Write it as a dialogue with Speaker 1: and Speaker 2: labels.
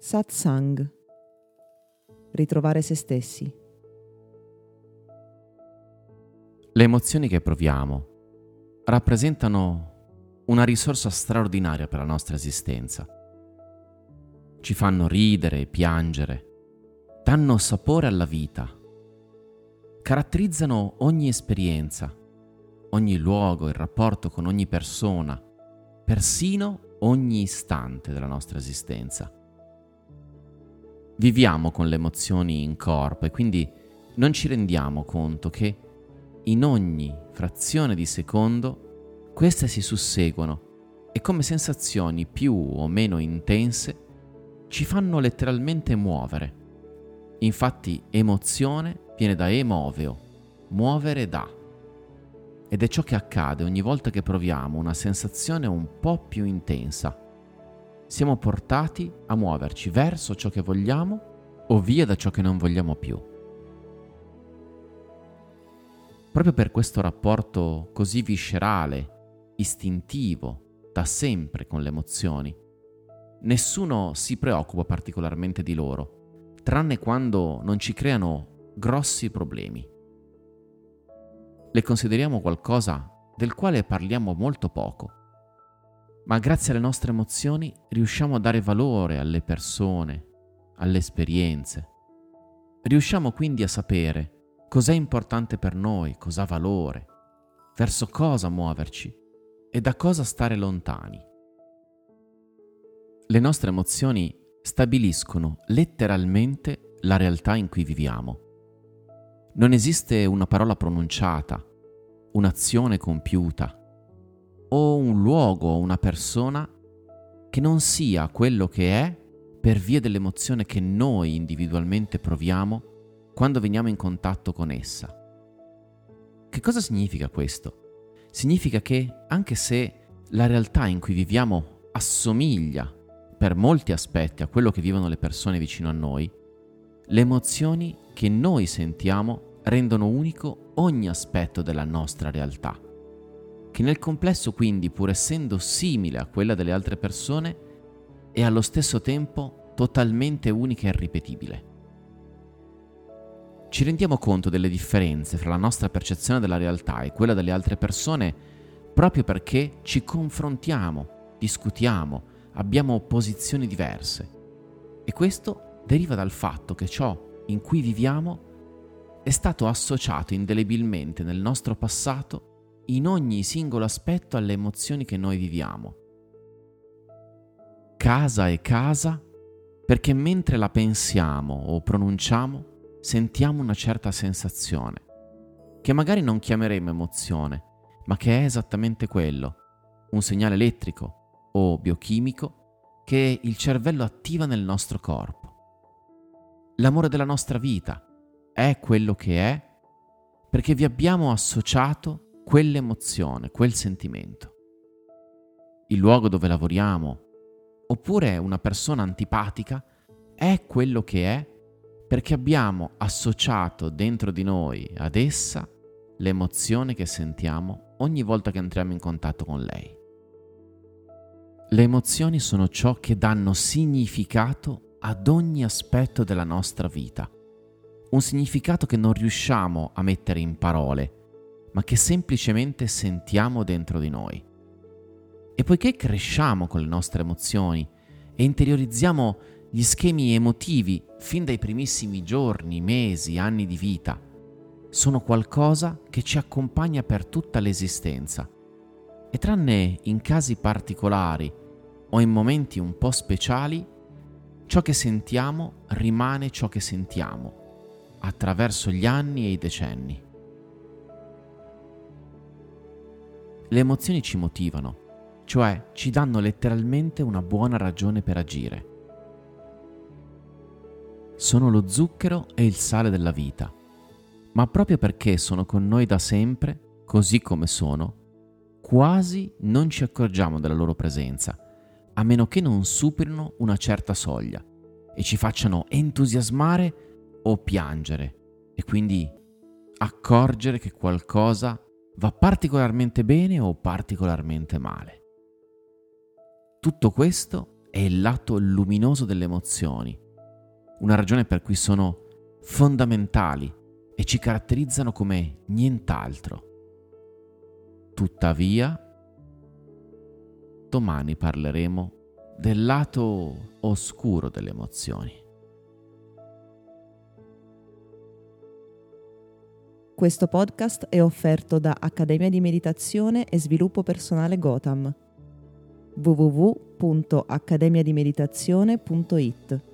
Speaker 1: Satsang. Ritrovare se stessi.
Speaker 2: Le emozioni che proviamo rappresentano una risorsa straordinaria per la nostra esistenza. Ci fanno ridere e piangere, danno sapore alla vita, caratterizzano ogni esperienza, ogni luogo, il rapporto con ogni persona, persino ogni istante della nostra esistenza. Viviamo con le emozioni in corpo e quindi non ci rendiamo conto che in ogni frazione di secondo queste si susseguono e come sensazioni più o meno intense ci fanno letteralmente muovere. Infatti emozione viene da emoveo, muovere da. Ed è ciò che accade ogni volta che proviamo una sensazione un po' più intensa. Siamo portati a muoverci verso ciò che vogliamo o via da ciò che non vogliamo più. Proprio per questo rapporto così viscerale, istintivo, da sempre con le emozioni, nessuno si preoccupa particolarmente di loro, tranne quando non ci creano grossi problemi. Le consideriamo qualcosa del quale parliamo molto poco. Ma grazie alle nostre emozioni riusciamo a dare valore alle persone, alle esperienze. Riusciamo quindi a sapere cos'è importante per noi, cosa ha valore, verso cosa muoverci e da cosa stare lontani. Le nostre emozioni stabiliscono letteralmente la realtà in cui viviamo. Non esiste una parola pronunciata, un'azione compiuta, o un luogo o una persona che non sia quello che è per via dell'emozione che noi individualmente proviamo quando veniamo in contatto con essa. Che cosa significa questo? Significa che anche se la realtà in cui viviamo assomiglia per molti aspetti a quello che vivono le persone vicino a noi, le emozioni che noi sentiamo rendono unico ogni aspetto della nostra realtà, che nel complesso quindi, pur essendo simile a quella delle altre persone, è allo stesso tempo totalmente unica e irripetibile. Ci rendiamo conto delle differenze fra la nostra percezione della realtà e quella delle altre persone proprio perché ci confrontiamo, discutiamo, abbiamo posizioni diverse. E questo deriva dal fatto che ciò in cui viviamo è stato associato indelebilmente nel nostro passato in ogni singolo aspetto alle emozioni che noi viviamo. Casa è casa perché mentre la pensiamo o pronunciamo sentiamo una certa sensazione, che magari non chiameremo emozione, ma che è esattamente quello, un segnale elettrico o biochimico che il cervello attiva nel nostro corpo. L'amore della nostra vita è quello che è perché vi abbiamo associato quell'emozione, quel sentimento. Il luogo dove lavoriamo, oppure una persona antipatica, è quello che è perché abbiamo associato dentro di noi ad essa l'emozione che sentiamo ogni volta che entriamo in contatto con lei. Le emozioni sono ciò che danno significato ad ogni aspetto della nostra vita, un significato che non riusciamo a mettere in parole, ma che semplicemente sentiamo dentro di noi. E poiché cresciamo con le nostre emozioni e interiorizziamo gli schemi emotivi fin dai primissimi giorni, mesi, anni di vita, sono qualcosa che ci accompagna per tutta l'esistenza. E tranne in casi particolari o in momenti un po' speciali, ciò che sentiamo rimane ciò che sentiamo, attraverso gli anni e i decenni. Le emozioni ci motivano, cioè ci danno letteralmente una buona ragione per agire. Sono lo zucchero e il sale della vita, ma proprio perché sono con noi da sempre, così come sono, quasi non ci accorgiamo della loro presenza, a meno che non superino una certa soglia e ci facciano entusiasmare o piangere, e quindi accorgere che qualcosa va particolarmente bene o particolarmente male. Tutto questo è il lato luminoso delle emozioni, una ragione per cui sono fondamentali e ci caratterizzano come nient'altro. Tuttavia, domani parleremo del lato oscuro delle emozioni.
Speaker 1: Questo podcast è offerto da Accademia di Meditazione e Sviluppo Personale Gotham. www.accademiadimeditazione.it